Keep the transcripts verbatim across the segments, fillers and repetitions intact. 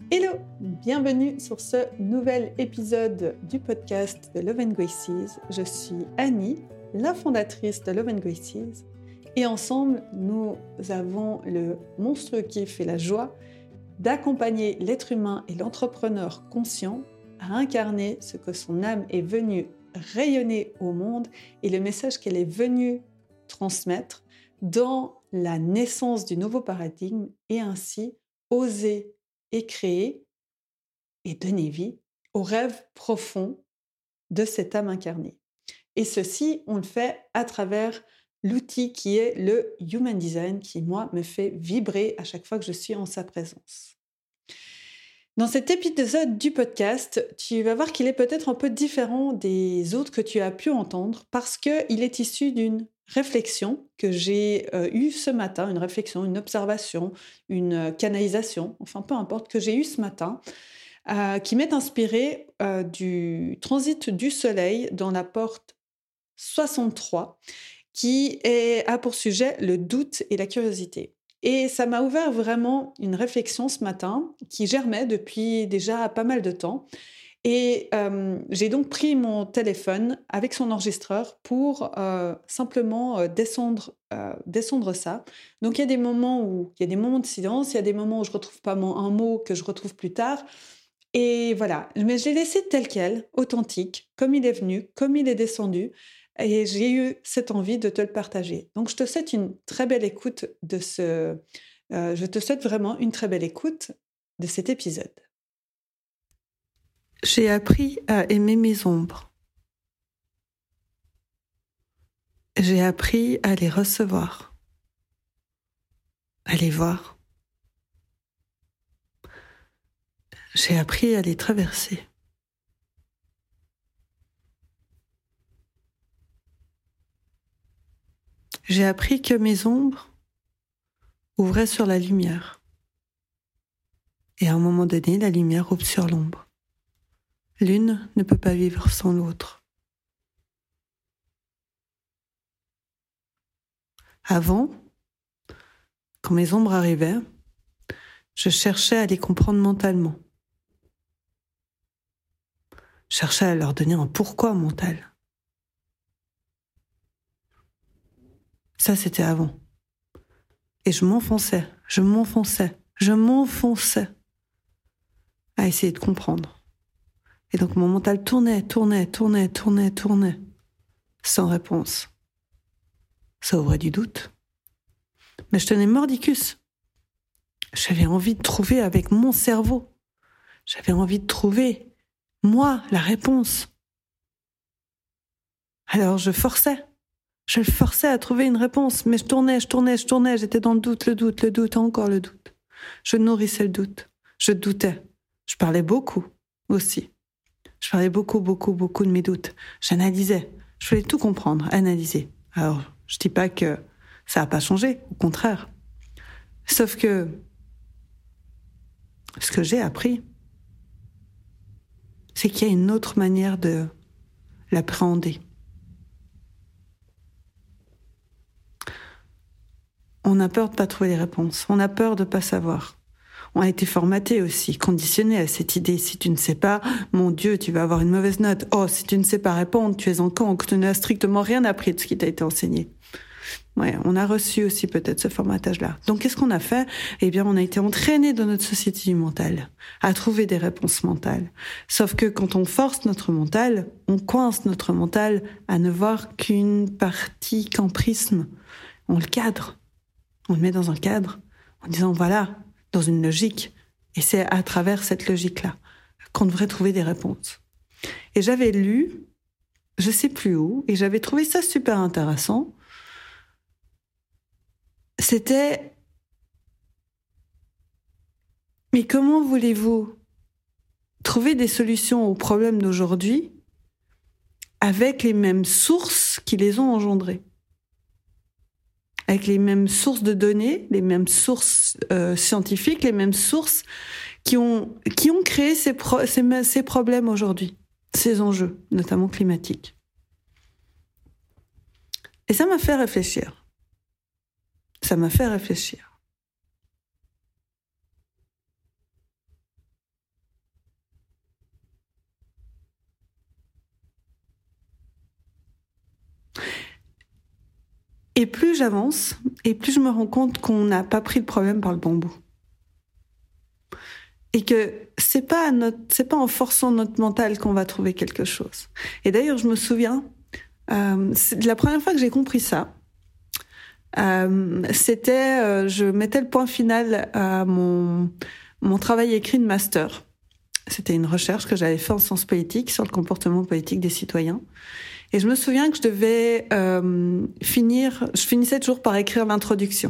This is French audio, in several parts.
Hello, bienvenue sur ce nouvel épisode du podcast de Love and Graces. Je suis Annie, la fondatrice de Love and Graces, et ensemble, nous avons le monstrueux kiff et la joie d'accompagner l'être humain et l'entrepreneur conscient à incarner ce que son âme est venue rayonner au monde et le message qu'elle est venue transmettre dans la naissance du nouveau paradigme et ainsi oser et créer et donner vie au rêve profond de cette âme incarnée. Et ceci, on le fait à travers l'outil qui est le Human Design, qui, moi, me fait vibrer à chaque fois que je suis en sa présence. Dans cet épisode du podcast, tu vas voir qu'il est peut-être un peu différent des autres que tu as pu entendre parce qu'il est issu d'une réflexion que j'ai euh, eue ce matin, une réflexion, une observation, une euh, canalisation, enfin peu importe, que j'ai eue ce matin, euh, qui m'est inspirée euh, du transit du soleil dans la porte soixante-trois, qui est, a pour sujet le doute et la curiosité. Et ça m'a ouvert vraiment une réflexion ce matin qui germait depuis déjà pas mal de temps. Et euh, j'ai donc pris mon téléphone avec son enregistreur pour euh, simplement euh, descendre, euh, descendre ça. Donc il y a des moments où il y a des moments de silence, il y a des moments où je ne retrouve pas mon, un mot que je retrouve plus tard. Et voilà, mais je l'ai laissé tel quel, authentique, comme il est venu, comme il est descendu. Et j'ai eu cette envie de te le partager. Donc, je te souhaite une très belle écoute de ce... Euh, je te souhaite vraiment une très belle écoute de cet épisode. J'ai appris à aimer mes ombres. J'ai appris à les recevoir, à les voir. J'ai appris à les traverser. J'ai appris que mes ombres ouvraient sur la lumière. Et à un moment donné, la lumière ouvre sur l'ombre. L'une ne peut pas vivre sans l'autre. Avant, quand mes ombres arrivaient, je cherchais à les comprendre mentalement. Je cherchais à leur donner un pourquoi mental. Ça, c'était avant. Et je m'enfonçais, je m'enfonçais, je m'enfonçais à essayer de comprendre. Et donc mon mental tournait, tournait, tournait, tournait, tournait, sans réponse. Ça ouvrait du doute. Mais je tenais mordicus. J'avais envie de trouver avec mon cerveau. J'avais envie de trouver, moi, la réponse. Alors je forçais. Je le forçais à trouver une réponse, mais je tournais, je tournais, je tournais, j'étais dans le doute, le doute, le doute, encore le doute. Je nourrissais le doute, je doutais. Je parlais beaucoup aussi. Je parlais beaucoup, beaucoup, beaucoup de mes doutes. J'analysais, je voulais tout comprendre, analyser. Alors, je dis pas que ça n'a pas changé, au contraire. Sauf que ce que j'ai appris, c'est qu'il y a une autre manière de l'appréhender. On a peur de ne pas trouver les réponses. On a peur de ne pas savoir. On a été formaté aussi, conditionné à cette idée. Si tu ne sais pas, mon Dieu, tu vas avoir une mauvaise note. Oh, si tu ne sais pas répondre, tu es en cancre, tu n'as strictement rien appris de ce qui t'a été enseigné. Ouais, on a reçu aussi peut-être ce formatage-là. Donc, qu'est-ce qu'on a fait ? Eh bien, on a été entraîné dans notre société du mental à trouver des réponses mentales. Sauf que quand on force notre mental, on coince notre mental à ne voir qu'une partie, qu'en prisme. On le cadre. On le met dans un cadre en disant voilà, dans une logique. Et c'est à travers cette logique-là qu'on devrait trouver des réponses. Et j'avais lu, je sais plus où, et j'avais trouvé ça super intéressant. C'était mais comment voulez-vous trouver des solutions aux problèmes d'aujourd'hui avec les mêmes sources qui les ont engendrés ? Avec les mêmes sources de données, les mêmes sources euh, scientifiques, les mêmes sources qui ont, qui ont créé ces, pro- ces, ces problèmes aujourd'hui, ces enjeux, notamment climatiques. Et ça m'a fait réfléchir. Ça m'a fait réfléchir. Et plus j'avance, et plus je me rends compte qu'on n'a pas pris le problème par le bon bout. Et que c'est pas notre, c'est pas en forçant notre mental qu'on va trouver quelque chose. Et d'ailleurs, je me souviens, euh, c'est la première fois que j'ai compris ça, euh, c'était, euh, je mettais le point final à mon, mon travail écrit de master. C'était une recherche que j'avais faite en sciences politiques sur le comportement politique des citoyens. Et je me souviens que je devais euh, finir, je finissais toujours par écrire l'introduction.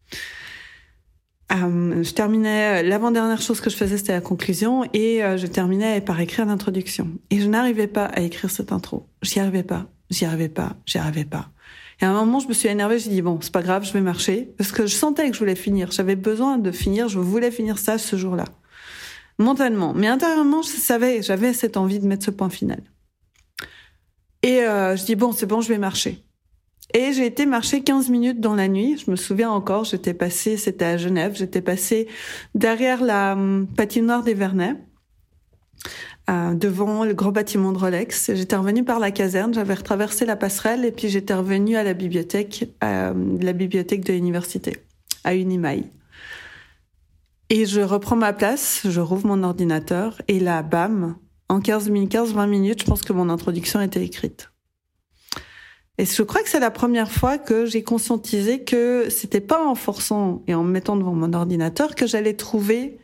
Euh, je terminais, l'avant-dernière chose que je faisais, c'était la conclusion, et euh, je terminais par écrire l'introduction. Et je n'arrivais pas à écrire cette intro. J'y arrivais pas, j'y arrivais pas, j'y arrivais pas. Et à un moment, je me suis énervée, j'ai dit bon, c'est pas grave, je vais marcher, parce que je sentais que je voulais finir. J'avais besoin de finir, je voulais finir ça ce jour-là. Mentalement. Mais intérieurement, je savais, j'avais cette envie de mettre ce point final. Et euh, je dis bon, c'est bon, je vais marcher. Et j'ai été marcher quinze minutes dans la nuit. Je me souviens encore, j'étais passée, c'était à Genève, j'étais passée derrière la um, patinoire des Vernets, euh, devant le gros bâtiment de Rolex. J'étais revenue par la caserne, j'avais retraversé la passerelle et puis j'étais revenue à la bibliothèque, euh, la bibliothèque de l'université, à Unimail. Et je reprends ma place, je rouvre mon ordinateur et là, bam, en quinze vingt minutes, je pense que mon introduction était écrite. Et je crois que c'est la première fois que j'ai conscientisé que c'était pas en forçant et en me mettant devant mon ordinateur que j'allais trouver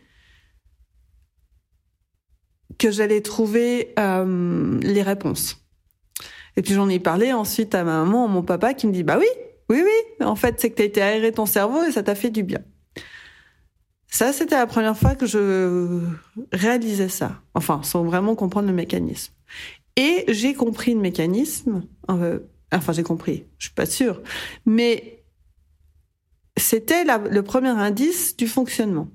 que j'allais trouver euh, les réponses. Et puis j'en ai parlé ensuite à ma maman, à mon papa qui me dit bah oui, oui, oui, en fait c'est que t'as été aéré ton cerveau et ça t'a fait du bien. Ça, c'était la première fois que je réalisais ça. Enfin, sans vraiment comprendre le mécanisme. Et j'ai compris le mécanisme. Euh, enfin, j'ai compris. Je suis pas sûre. Mais c'était la, le premier indice du fonctionnement.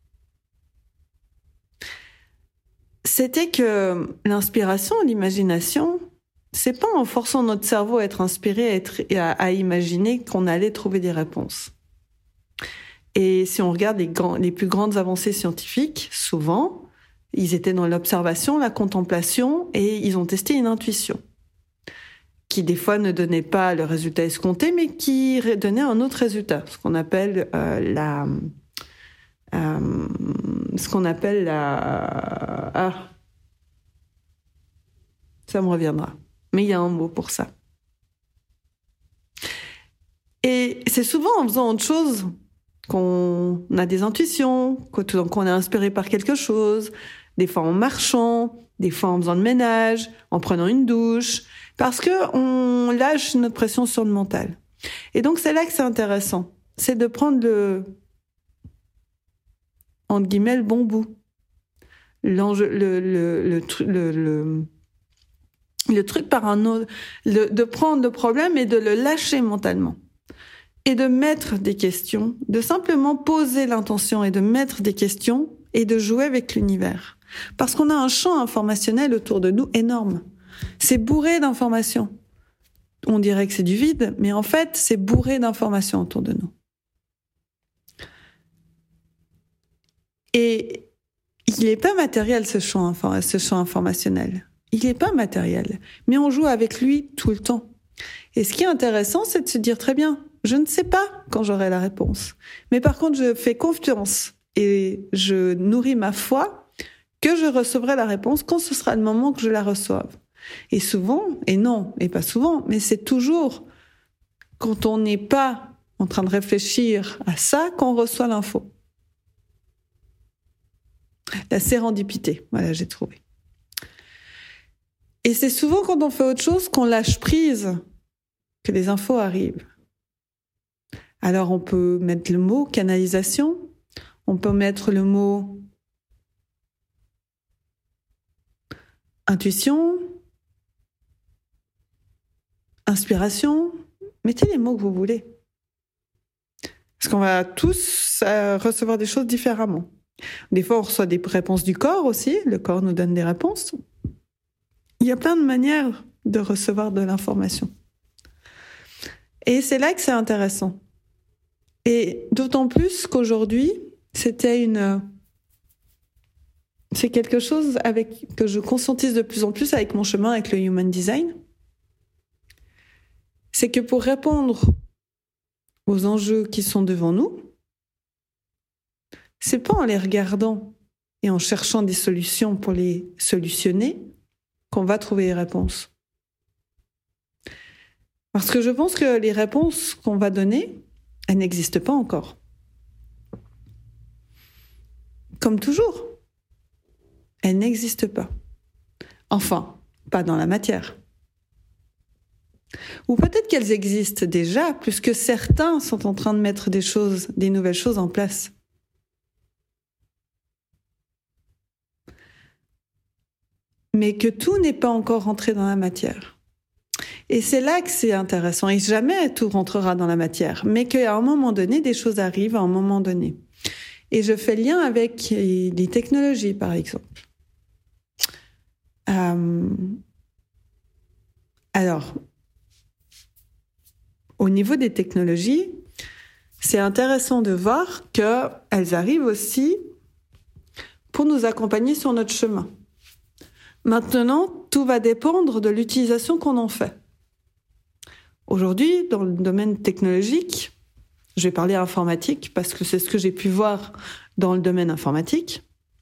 C'était que l'inspiration, l'imagination, c'est pas en forçant notre cerveau à être inspiré, à, être, à, à imaginer qu'on allait trouver des réponses. Et si on regarde les, grands, les plus grandes avancées scientifiques, souvent, ils étaient dans l'observation, la contemplation, et ils ont testé une intuition, qui des fois ne donnait pas le résultat escompté, mais qui donnait un autre résultat, ce qu'on appelle euh, la... Euh, ce qu'on appelle la... Ah, ça me reviendra. Mais il y a un mot pour ça. Et c'est souvent en faisant autre chose qu'on a des intuitions, qu'on est inspiré par quelque chose, des fois en marchant, des fois en faisant le ménage, en prenant une douche, parce que on lâche notre pression sur le mental. Et donc c'est là que c'est intéressant, c'est de prendre le, entre guillemets, le bon bout. L'enjeu, le, le, le, le, le, le truc par un autre, le, de prendre le problème et de le lâcher mentalement. Et de mettre des questions, de simplement poser l'intention et de mettre des questions et de jouer avec l'univers. Parce qu'on a un champ informationnel autour de nous énorme. C'est bourré d'informations. On dirait que c'est du vide, mais en fait, c'est bourré d'informations autour de nous. Et il n'est pas matériel, ce champ, ce champ informationnel. Il n'est pas matériel, mais on joue avec lui tout le temps. Et ce qui est intéressant, c'est de se dire très bien, je ne sais pas quand j'aurai la réponse. Mais par contre, je fais confiance et je nourris ma foi que je recevrai la réponse quand ce sera le moment que je la reçoive. Et souvent, et non, et pas souvent, mais c'est toujours quand on n'est pas en train de réfléchir à ça qu'on reçoit l'info. La sérendipité, voilà, j'ai trouvé. Et c'est souvent quand on fait autre chose qu'on lâche prise que les infos arrivent. Alors on peut mettre le mot canalisation, on peut mettre le mot intuition, inspiration, mettez les mots que vous voulez. Parce qu'on va tous euh, recevoir des choses différemment. Des fois on reçoit des réponses du corps aussi, le corps nous donne des réponses. Il y a plein de manières de recevoir de l'information. Et c'est là que c'est intéressant. Et d'autant plus qu'aujourd'hui, c'était une, c'est quelque chose avec, que je conscientise de plus en plus avec mon chemin avec le Human Design. C'est que pour répondre aux enjeux qui sont devant nous, c'est pas en les regardant et en cherchant des solutions pour les solutionner qu'on va trouver les réponses. Parce que je pense que les réponses qu'on va donner, elles n'existent pas encore. Comme toujours, elles n'existent pas. Enfin, pas dans la matière. Ou peut-être qu'elles existent déjà, puisque certains sont en train de mettre des choses, des nouvelles choses en place. Mais que tout n'est pas encore rentré dans la matière. Et c'est là que c'est intéressant. Et jamais tout rentrera dans la matière, mais qu'à un moment donné, des choses arrivent à un moment donné. Et je fais le lien avec les technologies, par exemple. Euh... Alors, au niveau des technologies, c'est intéressant de voir qu'elles arrivent aussi pour nous accompagner sur notre chemin. Maintenant, tout va dépendre de l'utilisation qu'on en fait. Aujourd'hui, dans le domaine technologique, je vais parler informatique parce que c'est ce que j'ai pu voir dans le domaine informatique.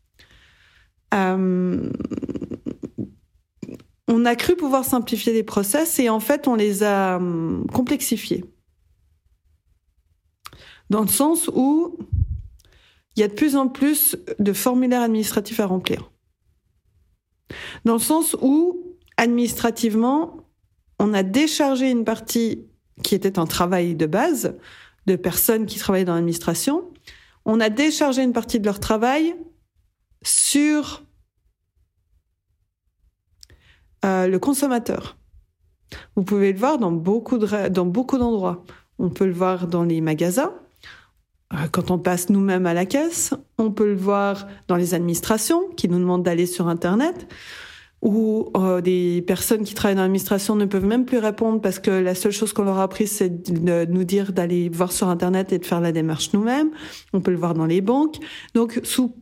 Euh, on a cru pouvoir simplifier les process et en fait, on les a complexifiés. Dans le sens où il y a de plus en plus de formulaires administratifs à remplir. Dans le sens où, administrativement, on a déchargé une partie qui était un travail de base, de personnes qui travaillaient dans l'administration. On a déchargé une partie de leur travail sur euh, le consommateur. Vous pouvez le voir dans beaucoup de, dans beaucoup d'endroits. On peut le voir dans les magasins, euh, quand on passe nous-mêmes à la caisse. On peut le voir dans les administrations qui nous demandent d'aller sur Internet, où euh, des personnes qui travaillent dans l'administration ne peuvent même plus répondre parce que la seule chose qu'on leur a appris, c'est de nous dire d'aller voir sur Internet et de faire la démarche nous-mêmes. On peut le voir dans les banques. Donc, sous...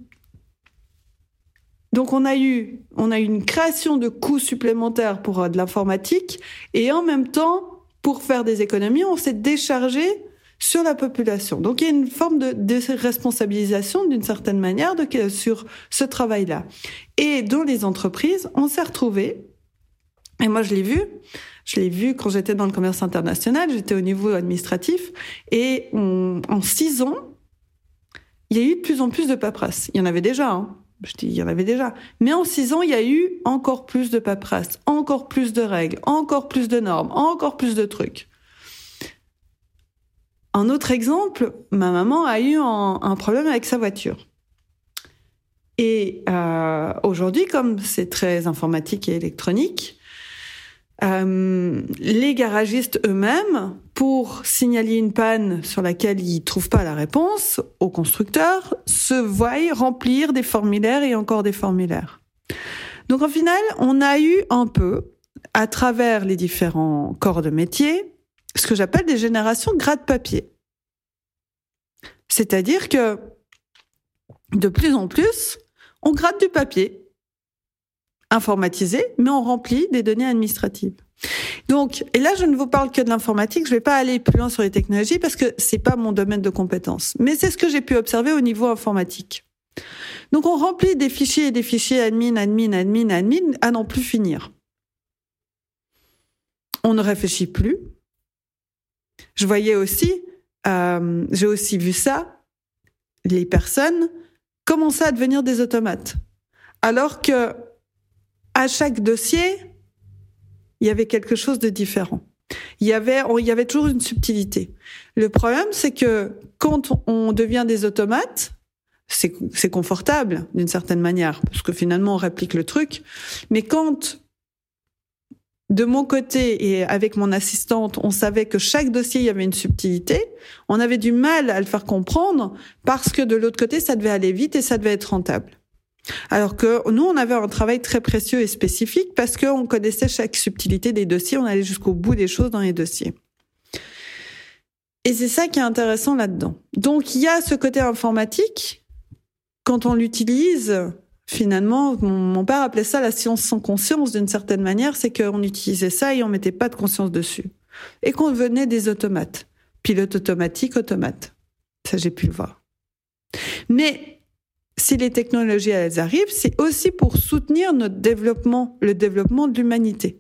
Donc on a eu, on a eu une création de coûts supplémentaires pour euh, de l'informatique et en même temps, pour faire des économies, on s'est déchargé sur la population. Donc il y a une forme de déresponsabilisation d'une certaine manière de, sur ce travail-là. Et dans les entreprises, on s'est retrouvés, et moi je l'ai vu, je l'ai vu quand j'étais dans le commerce international, j'étais au niveau administratif, et on, en six ans, il y a eu de plus en plus de paperasse. Il y en avait déjà, hein. Je dis, il y en avait déjà. Mais en six ans, il y a eu encore plus de paperasse, encore plus de règles, encore plus de normes, encore plus de trucs. Un autre exemple, ma maman a eu un, un problème avec sa voiture. Et euh, aujourd'hui, comme c'est très informatique et électronique, euh, les garagistes eux-mêmes, pour signaler une panne sur laquelle ils ne trouvent pas la réponse au constructeur, se voient remplir des formulaires et encore des formulaires. Donc au final, on a eu un peu, à travers les différents corps de métier, ce que j'appelle des générations gratte-papier. C'est-à-dire que, de plus en plus, on gratte du papier, informatisé, mais on remplit des données administratives. Donc, et là, je ne vous parle que de l'informatique, je ne vais pas aller plus loin sur les technologies parce que c'est pas mon domaine de compétence. Mais c'est ce que j'ai pu observer au niveau informatique. Donc, on remplit des fichiers et des fichiers admin, admin, admin, admin, à n'en plus finir. On ne réfléchit plus. Je voyais aussi, euh, j'ai aussi vu ça, les personnes commençaient à devenir des automates. Alors que, à chaque dossier, il y avait quelque chose de différent. Il y avait, il y avait toujours une subtilité. Le problème, c'est que quand on devient des automates, c'est, c'est confortable d'une certaine manière, parce que finalement on réplique le truc. Mais quand, de mon côté et avec mon assistante, on savait que chaque dossier, il y avait une subtilité, on avait du mal à le faire comprendre parce que de l'autre côté, ça devait aller vite et ça devait être rentable. Alors que nous, on avait un travail très précieux et spécifique parce qu'on connaissait chaque subtilité des dossiers, on allait jusqu'au bout des choses dans les dossiers. Et c'est ça qui est intéressant là-dedans. Donc, il y a ce côté informatique, quand on l'utilise, finalement, mon, mon père appelait ça la science sans conscience d'une certaine manière, c'est qu'on utilisait ça et on mettait pas de conscience dessus. Et qu'on devenait des automates. pilote automatique, automate. Ça, j'ai pu le voir. Mais si les technologies, elles arrivent, c'est aussi pour soutenir notre développement, le développement de l'humanité.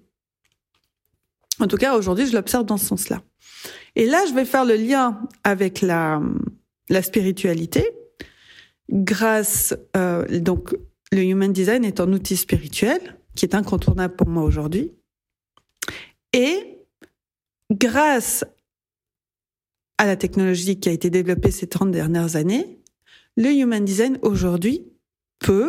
En tout cas, aujourd'hui, je l'observe dans ce sens-là. Et là, je vais faire le lien avec la, la spiritualité. Grâce, euh, donc, le Human Design est un outil spirituel qui est incontournable pour moi aujourd'hui. Et grâce à la technologie qui a été développée ces trente dernières années, le Human Design aujourd'hui peut,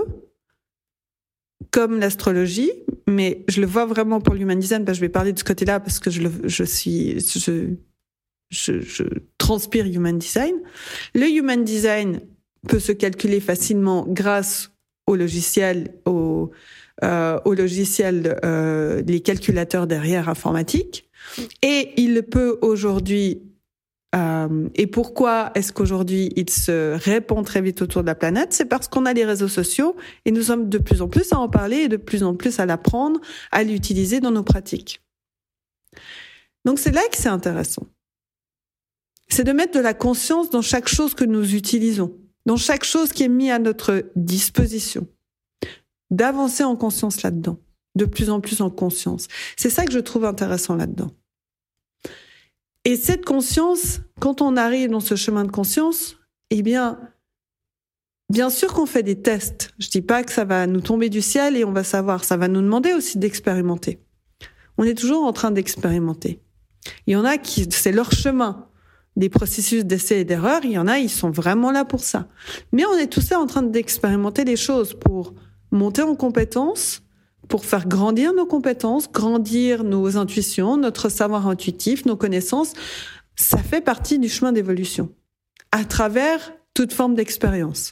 comme l'astrologie, mais je le vois vraiment pour l'Human Design, parce que je vais parler de ce côté-là parce que je, le, je suis, je, je, je transpire Human Design. Le Human Design peut se calculer facilement grâce au logiciel, au, euh, au logiciel, euh, les calculateurs derrière informatiques, et il peut aujourd'hui. Euh, et pourquoi est-ce qu'aujourd'hui il se répand très vite autour de la planète? C'est parce qu'on a les réseaux sociaux et nous sommes de plus en plus à en parler et de plus en plus à l'apprendre, à l'utiliser dans nos pratiques. Donc c'est là que c'est intéressant. C'est de mettre de la conscience dans chaque chose que nous utilisons, dans chaque chose qui est mise à notre disposition, d'avancer en conscience là-dedans, de plus en plus en conscience. C'est ça que je trouve intéressant là-dedans. Et cette conscience, quand on arrive dans ce chemin de conscience, eh bien, bien sûr qu'on fait des tests. Je dis pas que ça va nous tomber du ciel et on va savoir. Ça va nous demander aussi d'expérimenter. On est toujours en train d'expérimenter. Il y en a qui, c'est leur chemin, des processus d'essai et d'erreur. Il y en a, ils sont vraiment là pour ça. Mais on est tous là en train d'expérimenter les choses pour monter en compétences, pour faire grandir nos compétences, grandir nos intuitions, notre savoir intuitif, nos connaissances. Ça fait partie du chemin d'évolution, à travers toute forme d'expérience.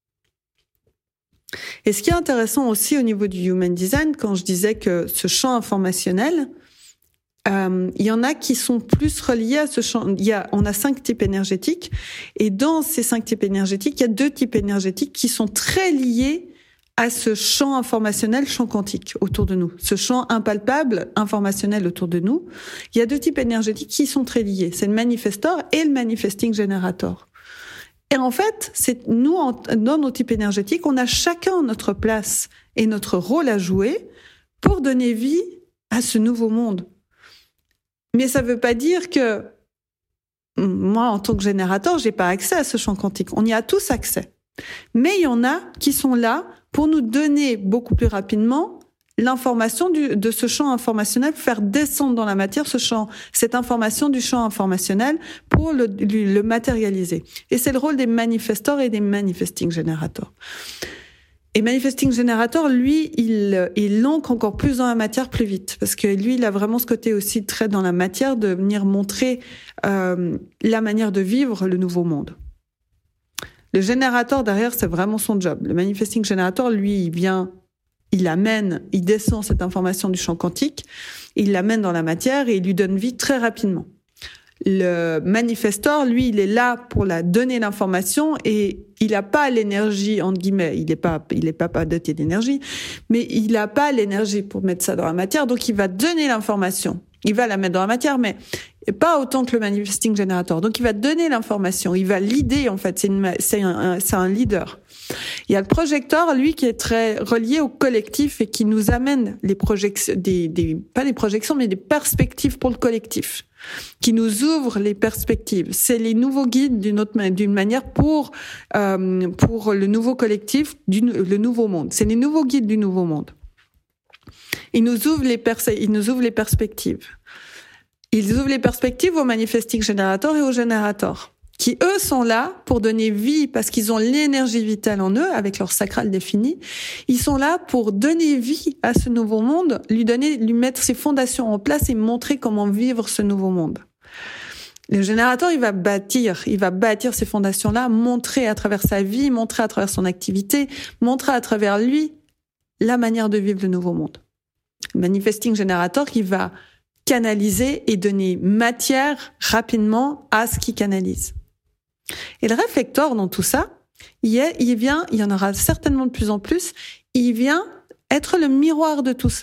Et ce qui est intéressant aussi au niveau du Human Design, quand je disais que ce champ informationnel, euh, il y en a qui sont plus reliés à ce champ. Il y a, on a cinq types énergétiques, et dans ces cinq types énergétiques, il y a deux types énergétiques qui sont très liés à ce champ informationnel, champ quantique autour de nous, ce champ impalpable informationnel autour de nous. Il y a deux types énergétiques qui sont très liés, c'est le manifestor et le manifesting generator. Et en fait, c'est nous, dans nos types énergétiques, on a chacun notre place et notre rôle à jouer pour donner vie à ce nouveau monde. Mais ça veut pas dire que moi, en tant que générateur, j'ai pas accès à ce champ quantique. On y a tous accès. Mais il y en a qui sont là pour nous donner beaucoup plus rapidement l'information du, de ce champ informationnel, faire descendre dans la matière ce champ, cette information du champ informationnel pour le, le, le matérialiser. Et c'est le rôle des manifestors et des manifesting generators. Et manifesting generator, lui, il, il l'ancre encore plus dans la matière plus vite, parce que lui, il a vraiment ce côté aussi très dans la matière de venir montrer euh, la manière de vivre le nouveau monde. Le générateur derrière, c'est vraiment son job. Le manifesting generator, lui, il vient, il amène, il descend cette information du champ quantique, il l'amène dans la matière et il lui donne vie très rapidement. Le manifestor, lui, il est là pour la donner l'information et il n'a pas l'énergie, entre guillemets, il n'est pas, il est pas, pas doté d'énergie, mais il n'a pas l'énergie pour mettre ça dans la matière, donc il va donner l'information. Il va la mettre dans la matière, mais pas autant que le manifesting generator. Donc, il va donner l'information. Il va leader, en fait. C'est, une, c'est, un, c'est un leader. Il y a le projecteur, lui, qui est très relié au collectif et qui nous amène les projections, des, des, pas des projections, mais des perspectives pour le collectif. Qui nous ouvre les perspectives. C'est les nouveaux guides d'une autre, d'une manière pour, euh, pour le nouveau collectif, du, le nouveau monde. C'est les nouveaux guides du nouveau monde. Ils nous ouvrent les pers- ils nous ouvrent les perspectives. Ils ouvrent les perspectives aux manifesting generators et aux générateurs, qui eux sont là pour donner vie parce qu'ils ont l'énergie vitale en eux avec leur sacral défini. Ils sont là pour donner vie à ce nouveau monde, lui donner, lui mettre ses fondations en place et montrer comment vivre ce nouveau monde. Le générateur, il va bâtir, il va bâtir ces fondations-là, montrer à travers sa vie, montrer à travers son activité, montrer à travers lui la manière de vivre le nouveau monde. Le manifesting generator qui va canaliser et donner matière rapidement à ce qu'il canalise. Et le réflecteur dans tout ça, il, est, il vient, il y en aura certainement de plus en plus, il vient être le miroir de tout ça.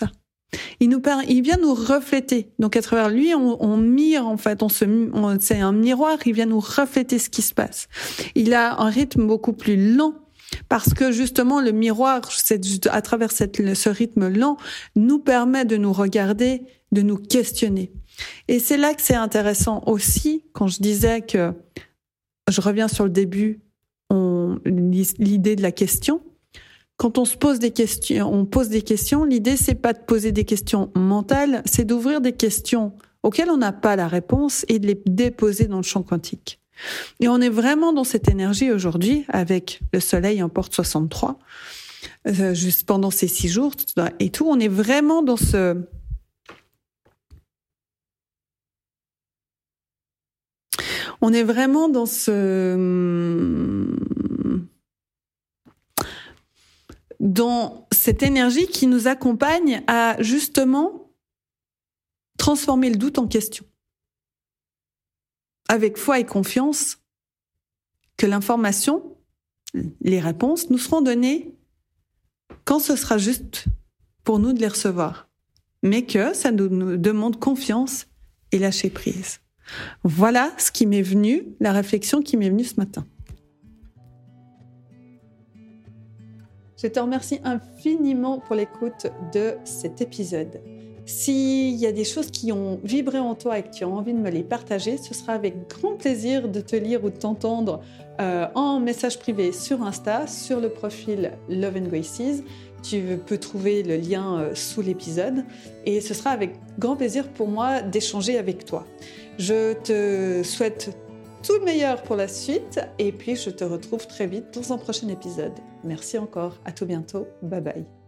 Il nous par... il vient nous refléter. Donc à travers lui, on, on mire en fait, on se, on... c'est un miroir. Il vient nous refléter ce qui se passe. Il a un rythme beaucoup plus lent parce que justement le miroir, c'est à travers cette, ce rythme lent, nous permet de nous regarder, de nous questionner. Et c'est là que c'est intéressant aussi quand je disais que je reviens sur le début, on... l'idée de la question. Quand on se pose des questions, on pose des questions, l'idée c'est pas de poser des questions mentales, c'est d'ouvrir des questions auxquelles on n'a pas la réponse et de les déposer dans le champ quantique. Et on est vraiment dans cette énergie aujourd'hui avec le soleil en porte soixante-trois, euh, juste pendant ces six jours et tout, on est vraiment dans ce... On est vraiment dans ce... dans cette énergie qui nous accompagne à justement transformer le doute en question. Avec foi et confiance que l'information, les réponses nous seront données quand ce sera juste pour nous de les recevoir. Mais que ça nous, nous demande confiance et lâcher prise. Voilà ce qui m'est venu, la réflexion qui m'est venue ce matin. Je te remercie infiniment pour l'écoute de cet épisode. S'il y a des choses qui ont vibré en toi et que tu as envie de me les partager, ce sera avec grand plaisir de te lire ou de t'entendre euh, en message privé sur Insta, sur le profil Love and Graces. Tu peux trouver le lien euh, sous l'épisode et ce sera avec grand plaisir pour moi d'échanger avec toi. Je te souhaite tout le meilleur pour la suite et puis je te retrouve très vite dans un prochain épisode. Merci encore, à tout bientôt, bye bye.